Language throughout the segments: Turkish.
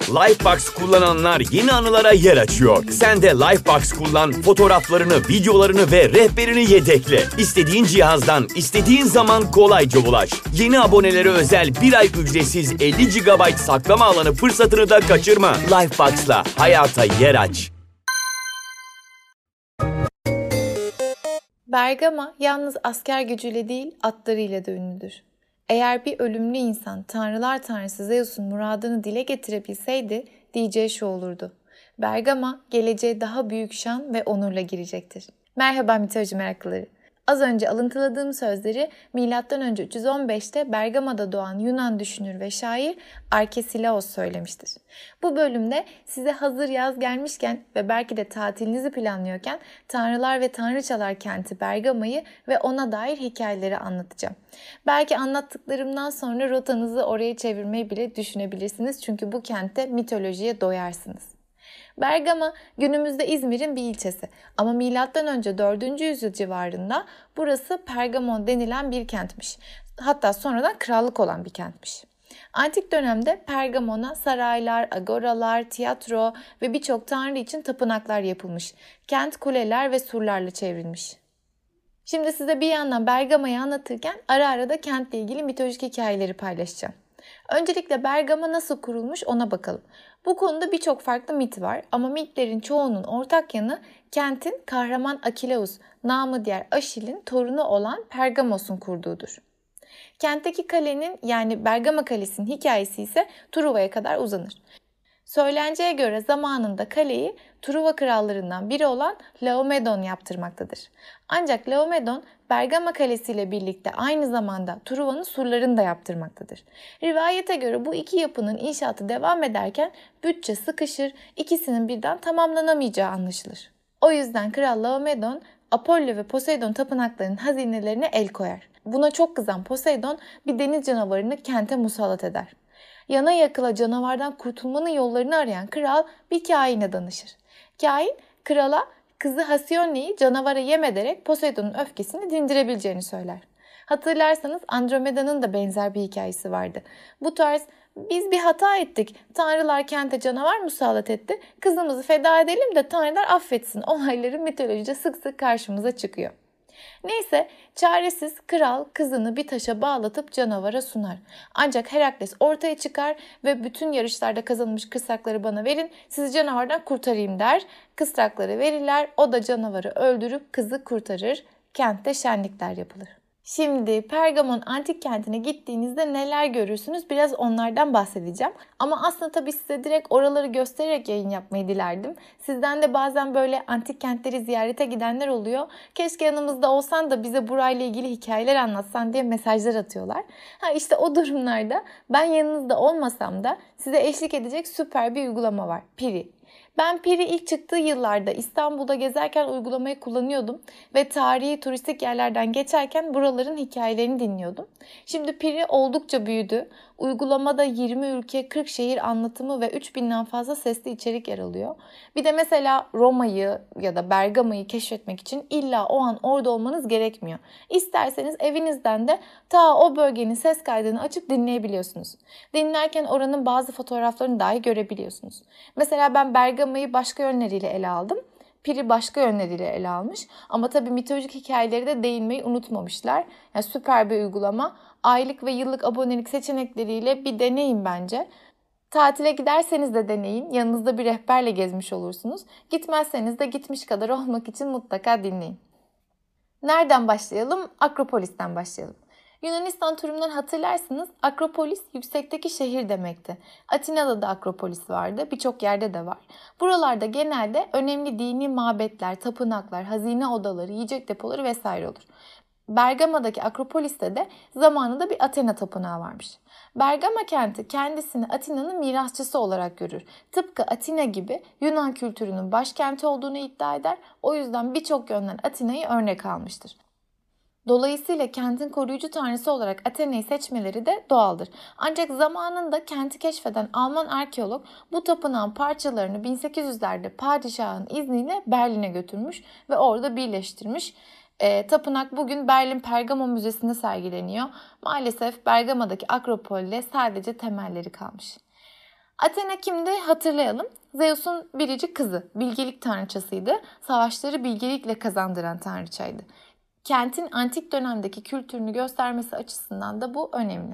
Lifebox kullananlar yeni anılara yer açıyor. Sen de Lifebox kullan, fotoğraflarını, videolarını ve rehberini yedekle. İstediğin cihazdan, istediğin zaman kolayca ulaş. Yeni abonelere özel bir ay ücretsiz 50 GB saklama alanı fırsatını da kaçırma. Lifebox'la hayata yer aç. Bergama yalnız asker gücüyle değil, atlarıyla da ünlüdür. Eğer bir ölümlü insan tanrılar tanrısı Zeus'un muradını dile getirebilseydi diyeceği şu olurdu: Bergama geleceğe daha büyük şan ve onurla girecektir. Merhaba mitoloji meraklıları. Az önce alıntıladığım sözleri M.Ö. 315'te Bergama'da doğan Yunan düşünür ve şair Arkesilaos söylemiştir. Bu bölümde size hazır yaz gelmişken ve belki de tatilinizi planlıyorken tanrılar ve tanrıçalar kenti Bergama'yı ve ona dair hikayeleri anlatacağım. Belki anlattıklarımdan sonra rotanızı oraya çevirmeyi bile düşünebilirsiniz çünkü bu kentte mitolojiye doyarsınız. Bergama günümüzde İzmir'in bir ilçesi ama M.Ö. 4. yüzyıl civarında burası Pergamon denilen bir kentmiş. Hatta sonradan krallık olan bir kentmiş. Antik dönemde Pergamon'a saraylar, agoralar, tiyatro ve birçok tanrı için tapınaklar yapılmış. Kent kuleler ve surlarla çevrilmiş. Şimdi size bir yandan Bergama'yı anlatırken ara ara da kentle ilgili mitolojik hikayeleri paylaşacağım. Öncelikle Bergama nasıl kurulmuş ona bakalım. Bu konuda birçok farklı mit var ama mitlerin çoğunun ortak yanı kentin kahraman Akileus, namı diğer Aşil'in torunu olan Pergamos'un kurduğudur. Kentteki kalenin yani Bergama Kalesi'nin hikayesi ise Truva'ya kadar uzanır. Söylenceye göre zamanında kaleyi Truva krallarından biri olan Laomedon yaptırmaktadır. Ancak Laomedon Bergama Kalesi ile birlikte aynı zamanda Truva'nın surlarını da yaptırmaktadır. Rivayete göre bu iki yapının inşaatı devam ederken bütçe sıkışır, ikisinin birden tamamlanamayacağı anlaşılır. O yüzden Kral Laomedon Apollo ve Poseidon tapınaklarının hazinelerine el koyar. Buna çok kızan Poseidon bir deniz canavarını kente musallat eder. Yana yakıla canavardan kurtulmanın yollarını arayan kral bir kahine danışır. Kahin krala kızı Hasione'yi canavara yem ederek Poseidon'un öfkesini dindirebileceğini söyler. Hatırlarsanız Andromeda'nın da benzer bir hikayesi vardı. Bu tarz biz bir hata ettik, tanrılar kente canavar musallat etti, kızımızı feda edelim de tanrılar affetsin olayları mitolojide sık sık karşımıza çıkıyor. Neyse çaresiz kral kızını bir taşa bağlatıp canavara sunar. Ancak Herakles ortaya çıkar ve bütün yarışlarda kazanılmış kısrakları bana verin, sizi canavardan kurtarayım der. Kısrakları verirler, o da canavarı öldürüp kızı kurtarır. Kentte şenlikler yapılır. Şimdi Pergamon antik kentine gittiğinizde neler görürsünüz biraz onlardan bahsedeceğim. Ama aslında tabii size direkt oraları göstererek yayın yapmayı dilerdim. Sizden de bazen böyle antik kentleri ziyarete gidenler oluyor. Keşke yanımızda olsan da bize burayla ilgili hikayeler anlatsan diye mesajlar atıyorlar. İşte o durumlarda ben yanınızda olmasam da size eşlik edecek süper bir uygulama var. Piri. Ben Piri ilk çıktığı yıllarda İstanbul'da gezerken uygulamayı kullanıyordum ve tarihi turistik yerlerden geçerken buraların hikayelerini dinliyordum. Şimdi Piri oldukça büyüdü. Uygulamada 20 ülke, 40 şehir anlatımı ve 3000'den fazla sesli içerik yer alıyor. Bir de mesela Roma'yı ya da Bergama'yı keşfetmek için illa o an orada olmanız gerekmiyor. İsterseniz evinizden de ta o bölgenin ses kaydını açıp dinleyebiliyorsunuz. Dinlerken oranın bazı fotoğraflarını dahi görebiliyorsunuz. Mesela ben Bergama'yı başka yönleriyle ele aldım. Piri başka yönleriyle ele almış. Ama tabii mitolojik hikayeleri de değinmeyi unutmamışlar. Yani süper bir uygulama. Aylık ve yıllık abonelik seçenekleriyle bir deneyin bence. Tatile giderseniz de deneyin. Yanınızda bir rehberle gezmiş olursunuz. Gitmezseniz de gitmiş kadar olmak için mutlaka dinleyin. Nereden başlayalım? Akropolis'ten başlayalım. Yunanistan turundan hatırlarsınız Akropolis yüksekteki şehir demekti. Atina'da da Akropolis vardı, birçok yerde de var. Buralarda genelde önemli dini mabetler, tapınaklar, hazine odaları, yiyecek depoları vesaire olur. Bergama'daki Akropolis'te de zamanında bir Athena tapınağı varmış. Bergama kenti kendisini Atina'nın mirasçısı olarak görür. Tıpkı Atina gibi Yunan kültürünün başkenti olduğunu iddia eder. O yüzden birçok yönden Atina'yı örnek almıştır. Dolayısıyla kentin koruyucu tanrısı olarak Athena'yı seçmeleri de doğaldır. Ancak zamanında kenti keşfeden Alman arkeolog bu tapınağın parçalarını 1800'lerde padişahın izniyle Berlin'e götürmüş ve orada birleştirmiş. Tapınak bugün Berlin Pergamon Müzesi'nde sergileniyor. Maalesef Bergama'daki Akropol'de sadece temelleri kalmış. Athena kimdi hatırlayalım. Zeus'un biricik kızı, bilgelik tanrıçasıydı. Savaşları bilgelikle kazandıran tanrıçaydı. Kentin antik dönemdeki kültürünü göstermesi açısından da bu önemli.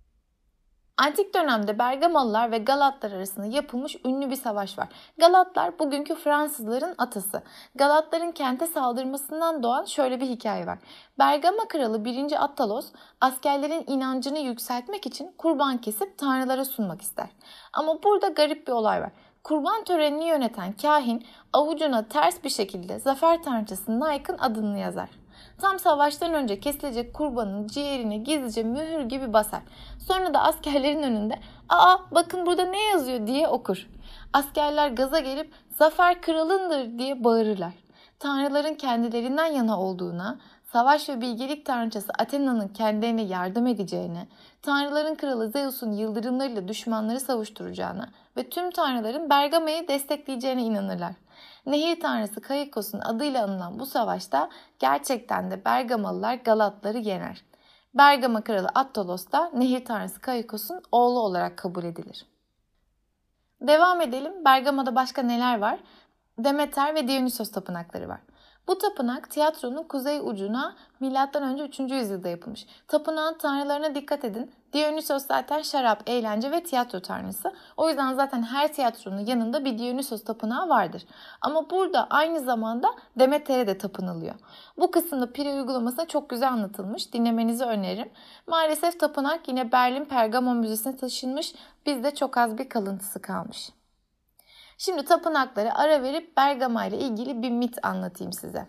Antik dönemde Bergamalılar ve Galatlar arasında yapılmış ünlü bir savaş var. Galatlar bugünkü Fransızların atası. Galatların kente saldırmasından doğan şöyle bir hikaye var. Bergama kralı 1. Attalos askerlerin inancını yükseltmek için kurban kesip tanrılara sunmak ister. Ama burada garip bir olay var. Kurban törenini yöneten kahin avucuna ters bir şekilde zafer tanrıçası Nike'ın adını yazar. Tam savaştan önce kesilecek kurbanın ciğerine gizlice mühür gibi basar. Sonra da askerlerin önünde "Aa bakın burada ne yazıyor?" diye okur. Askerler gaza gelip "Zafer kralındır" diye bağırırlar. Tanrıların kendilerinden yana olduğuna, savaş ve bilgelik tanrıçası Athena'nın kendilerine yardım edeceğine, tanrıların kralı Zeus'un yıldırımlarıyla düşmanları savuşturacağına ve tüm tanrıların Bergama'yı destekleyeceğine inanırlar. Nehir tanrısı Kaikos'un adıyla anılan bu savaşta gerçekten de Bergamalılar Galatları yener. Bergama kralı Attalos da nehir tanrısı Kaikos'un oğlu olarak kabul edilir. Devam edelim. Bergama'da başka neler var? Demeter ve Dionysos tapınakları var. Bu tapınak tiyatronun kuzey ucuna M.Ö. 3. yüzyılda yapılmış. Tapınağın tanrılarına dikkat edin. Dionysos zaten şarap, eğlence ve tiyatro tanrısı. O yüzden zaten her tiyatronun yanında bir Dionysos tapınağı vardır. Ama burada aynı zamanda Demeter'e de tapınılıyor. Bu kısımda pire uygulamasına çok güzel anlatılmış. Dinlemenizi öneririm. Maalesef tapınak yine Berlin Pergamon Müzesi'ne taşınmış. Bizde çok az bir kalıntısı kalmış. Şimdi tapınaklara ara verip Bergama ile ilgili bir mit anlatayım size.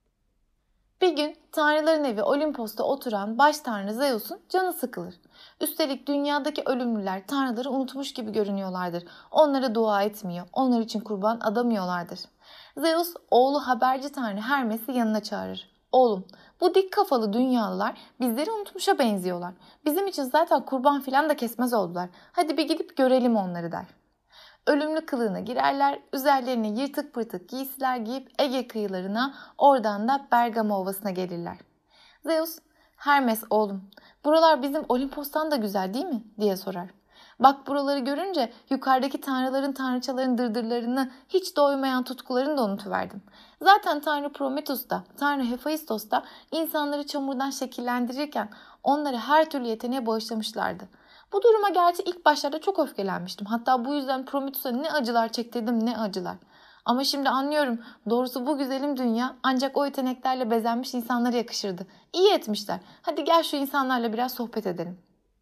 Bir gün tanrıların evi Olimpos'ta oturan baş tanrı Zeus'un canı sıkılır. Üstelik dünyadaki ölümlüler tanrıları unutmuş gibi görünüyorlardır. Onlara dua etmiyor, onlar için kurban adamıyorlardır. Zeus oğlu haberci tanrı Hermes'i yanına çağırır. "Oğlum, bu dik kafalı dünyalılar bizleri unutmuşa benziyorlar. Bizim için zaten kurban filan da kesmez oldular. Hadi bir gidip görelim onları" der. Ölümlü kılığına girerler, üzerlerine yırtık pırtık giysiler giyip Ege kıyılarına, oradan da Bergama Ovası'na gelirler. Zeus, "Hermes oğlum, buralar bizim Olimpos'tan da güzel değil mi?" diye sorar. "Bak buraları görünce yukarıdaki tanrıların tanrıçaların dırdırlarını, hiç doymayan tutkularını da unutuverdim. Zaten Tanrı Prometheus da, Tanrı Hephaistos da insanları çamurdan şekillendirirken onları her türlü yeteneğe bağışlamışlardı. Bu duruma gerçi ilk başlarda çok öfkelenmiştim. Hatta bu yüzden Prometheus'a ne acılar çektirdim ne acılar. Ama şimdi anlıyorum. Doğrusu bu güzelim dünya ancak o yeteneklerle bezenmiş insanlara yakışırdı. İyi etmişler. Hadi gel şu insanlarla biraz sohbet edelim."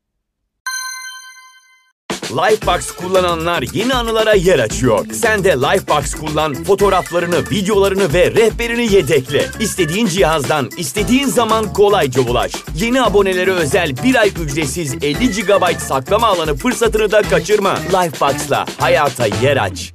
Lifebox kullananlar yeni anılara yer açıyor. Sen de Lifebox kullan, fotoğraflarını, videolarını ve rehberini yedekle. İstediğin cihazdan, istediğin zaman kolayca ulaş. Yeni abonelere özel 1 ay ücretsiz 50 GB saklama alanı fırsatını da kaçırma. Lifebox'la hayata yer aç.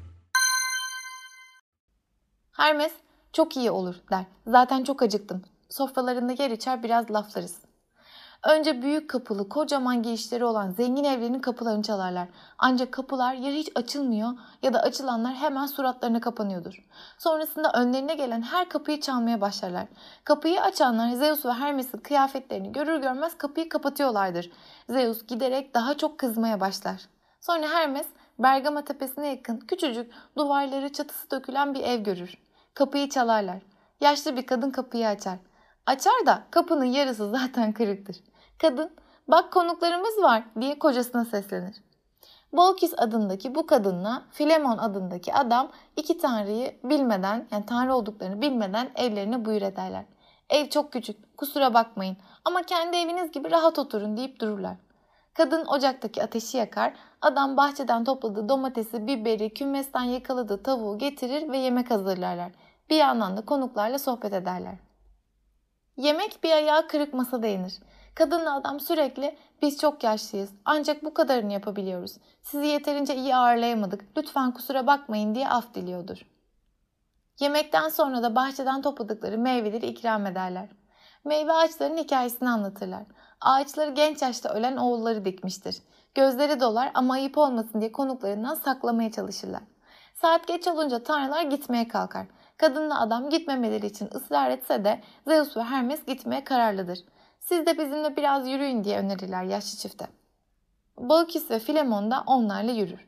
Hermes, "Çok iyi olur" der. "Zaten çok acıktım. Sofralarında yer içer biraz laflarız." Önce büyük kapılı, kocaman girişleri olan zengin evlerinin kapılarını çalarlar. Ancak kapılar ya hiç açılmıyor ya da açılanlar hemen suratlarına kapanıyordur. Sonrasında önlerine gelen her kapıyı çalmaya başlarlar. Kapıyı açanlar Zeus ve Hermes'in kıyafetlerini görür görmez kapıyı kapatıyorlardır. Zeus giderek daha çok kızmaya başlar. Sonra Hermes Bergama tepesine yakın küçücük duvarları çatısı dökülen bir ev görür. Kapıyı çalarlar. Yaşlı bir kadın kapıyı açar. Açar da kapının yarısı zaten kırıktır. Kadın, "Bak konuklarımız var" diye kocasına seslenir. Bolkis adındaki bu kadınla Filemon adındaki adam iki tanrıyı bilmeden, yani tanrı olduklarını bilmeden evlerine buyur ederler. "Ev çok küçük, kusura bakmayın ama kendi eviniz gibi rahat oturun" deyip dururlar. Kadın ocaktaki ateşi yakar, adam bahçeden topladığı domatesi, biberi, kümesten yakaladığı tavuğu getirir ve yemek hazırlarlar. Bir yandan da konuklarla sohbet ederler. Yemek bir ayağı kırık masada yenir. Kadınla adam sürekli "Biz çok yaşlıyız ancak bu kadarını yapabiliyoruz. Sizi yeterince iyi ağırlayamadık. Lütfen kusura bakmayın" diye af diliyordur. Yemekten sonra da bahçeden topladıkları meyveleri ikram ederler. Meyve ağaçlarının hikayesini anlatırlar. Ağaçları genç yaşta ölen oğulları dikmiştir. Gözleri dolar ama ayıp olmasın diye konuklarından saklamaya çalışırlar. Saat geç olunca tanrılar gitmeye kalkar. Kadınla adam gitmemeleri için ısrar etse de Zeus ve Hermes gitmeye kararlıdır. "Siz de bizimle biraz yürüyün" diye önerirler yaşlı çifte. Bolkis ve Filemon da onlarla yürür.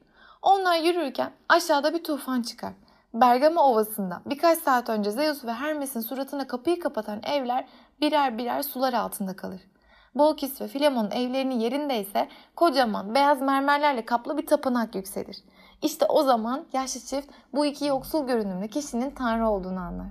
Onlar yürürken aşağıda bir tufan çıkar. Bergama Ovası'nda birkaç saat önce Zeus ve Hermes'in suratına kapıyı kapatan evler birer birer sular altında kalır. Bolkis ve Filemon'un evlerinin yerinde ise kocaman beyaz mermerlerle kaplı bir tapınak yükselir. İşte o zaman yaşlı çift bu iki yoksul görünümlü kişinin tanrı olduğunu anlar.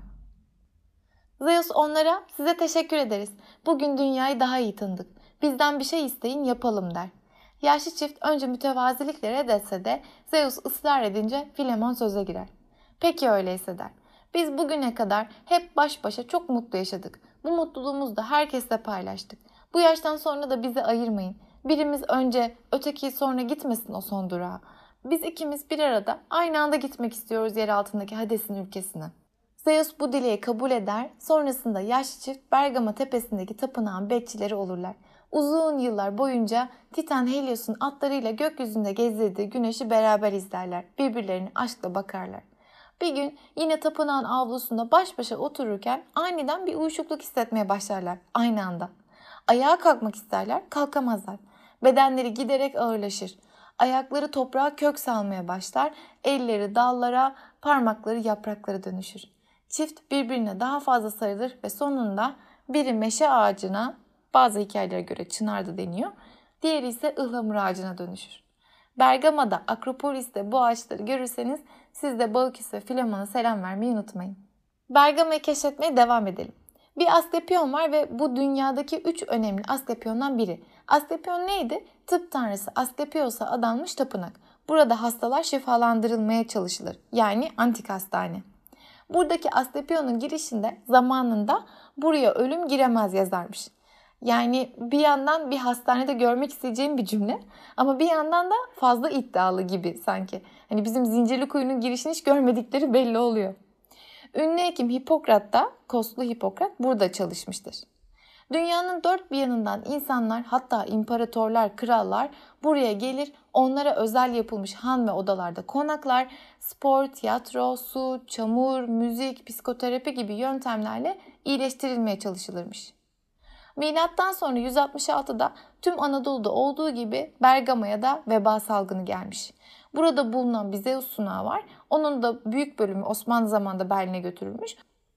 Zeus onlara size teşekkür ederiz. Bugün dünyayı daha iyi tanıdık. Bizden bir şey isteyin yapalım der. Yaşlı çift önce mütevazilikle reddetse de Zeus ısrar edince Filemon söze girer. Peki öyleyse der. Biz bugüne kadar hep baş başa çok mutlu yaşadık. Bu mutluluğumuzu da herkesle paylaştık. Bu yaştan sonra da bizi ayırmayın. Birimiz önce, öteki sonra gitmesin o son durağa. Biz ikimiz bir arada aynı anda gitmek istiyoruz yer altındaki Hades'in ülkesine. Zeus bu dileği kabul eder. Sonrasında yaşlı çift Bergama tepesindeki tapınağın bekçileri olurlar. Uzun yıllar boyunca Titan Helios'un atlarıyla gökyüzünde gezdirdiği güneşi beraber izlerler. Birbirlerine aşkla bakarlar. Bir gün yine tapınağın avlusunda baş başa otururken aniden bir uyuşukluk hissetmeye başlarlar aynı anda. Ayağa kalkmak isterler, kalkamazlar. Bedenleri giderek ağırlaşır. Ayakları toprağa kök salmaya başlar, elleri dallara, parmakları yapraklara dönüşür. Çift birbirine daha fazla sarılır ve sonunda biri meşe ağacına, bazı hikayelere göre çınardı deniyor, diğeri ise ıhlamur ağacına dönüşür. Bergama'da, Akropolis'te bu ağaçları görürseniz siz de Bolkis ve Filemon'a selam vermeyi unutmayın. Bergama'yı keşfetmeye devam edelim. Bir Asklepion var ve bu dünyadaki 3 önemli Asklepion'dan biri. Asklepion neydi? Tıp tanrısı Asklepios'a adanmış tapınak. Burada hastalar şifalandırılmaya çalışılır. Yani antik hastane. Buradaki Asklepion'un girişinde zamanında buraya ölüm giremez yazarmış. Yani bir yandan bir hastanede görmek isteyeceğim bir cümle ama bir yandan da fazla iddialı gibi sanki. Hani bizim Zincirlikuyu'nun girişini hiç görmedikleri belli oluyor. Ünlü hekim Hipokrat da, Koslu Hipokrat burada çalışmıştır. Dünyanın dört bir yanından insanlar, hatta imparatorlar, krallar buraya gelir, onlara özel yapılmış han ve odalarda konaklar, spor, tiyatro, su, çamur, müzik, psikoterapi gibi yöntemlerle iyileştirilmeye çalışılırmış. Milattan sonra 166'da tüm Anadolu'da olduğu gibi Bergama'ya da veba salgını gelmiş. Burada bulunan bir Zeus sunağı var. Onun da büyük bölümü Osmanlı zamanında Berlin'e götürülmüş.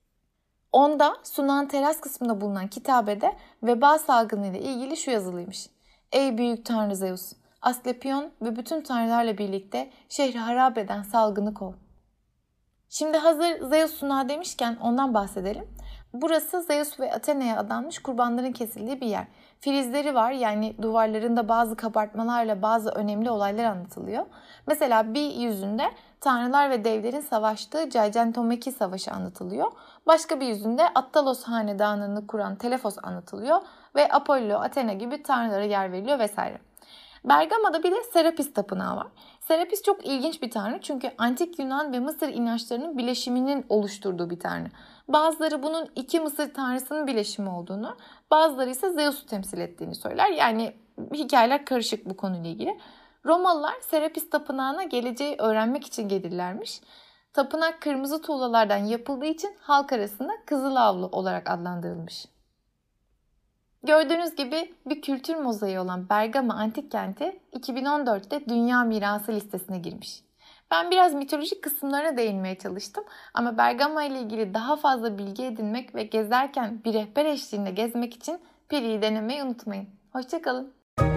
Onda sunağın teras kısmında bulunan kitabede veba salgını ile ilgili şu yazılıymış. Ey büyük tanrı Zeus, Asklepion ve bütün tanrılarla birlikte şehri harap eden salgını kov. Şimdi hazır Zeus sunağı demişken ondan bahsedelim. Burası Zeus ve Athena'ya adanmış kurbanların kesildiği bir yer. Filizleri var, yani duvarlarında bazı kabartmalarla bazı önemli olaylar anlatılıyor. Mesela bir yüzünde tanrılar ve devlerin savaştığı Gigantomachy Savaşı anlatılıyor. Başka bir yüzünde Attalos hanedanını kuran Telefos anlatılıyor ve Apollo, Athena gibi tanrılara yer veriliyor vesaire. Bergama'da bir de Serapis tapınağı var. Serapis çok ilginç bir tanrı çünkü antik Yunan ve Mısır inançlarının bileşiminin oluşturduğu bir tanrı. Bazıları bunun iki Mısır tanrısının bileşimi olduğunu, bazıları ise Zeus'u temsil ettiğini söyler. Yani hikayeler karışık bu konuyla ilgili. Romalılar Serapis tapınağına geleceği öğrenmek için gelirlermiş. Tapınak kırmızı tuğlalardan yapıldığı için halk arasında Kızılavlu olarak adlandırılmış. Gördüğünüz gibi bir kültür mozaiği olan Bergama Antik Kenti 2014'te Dünya Mirası listesine girmiş. Ben biraz mitolojik kısımlarına değinmeye çalıştım ama Bergama ile ilgili daha fazla bilgi edinmek ve gezerken bir rehber eşliğinde gezmek için Piri'yi denemeyi unutmayın. Hoşça kalın.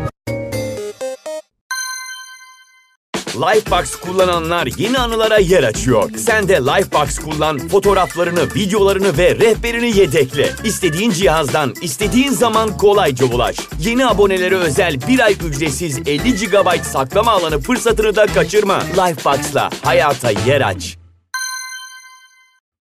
Lifebox kullananlar yeni anılara yer açıyor. Sen de Lifebox kullan, fotoğraflarını, videolarını ve rehberini yedekle. İstediğin cihazdan, istediğin zaman kolayca ulaş. Yeni abonelere özel bir ay ücretsiz 50 GB saklama alanı fırsatını da kaçırma. Lifebox'la hayata yer aç.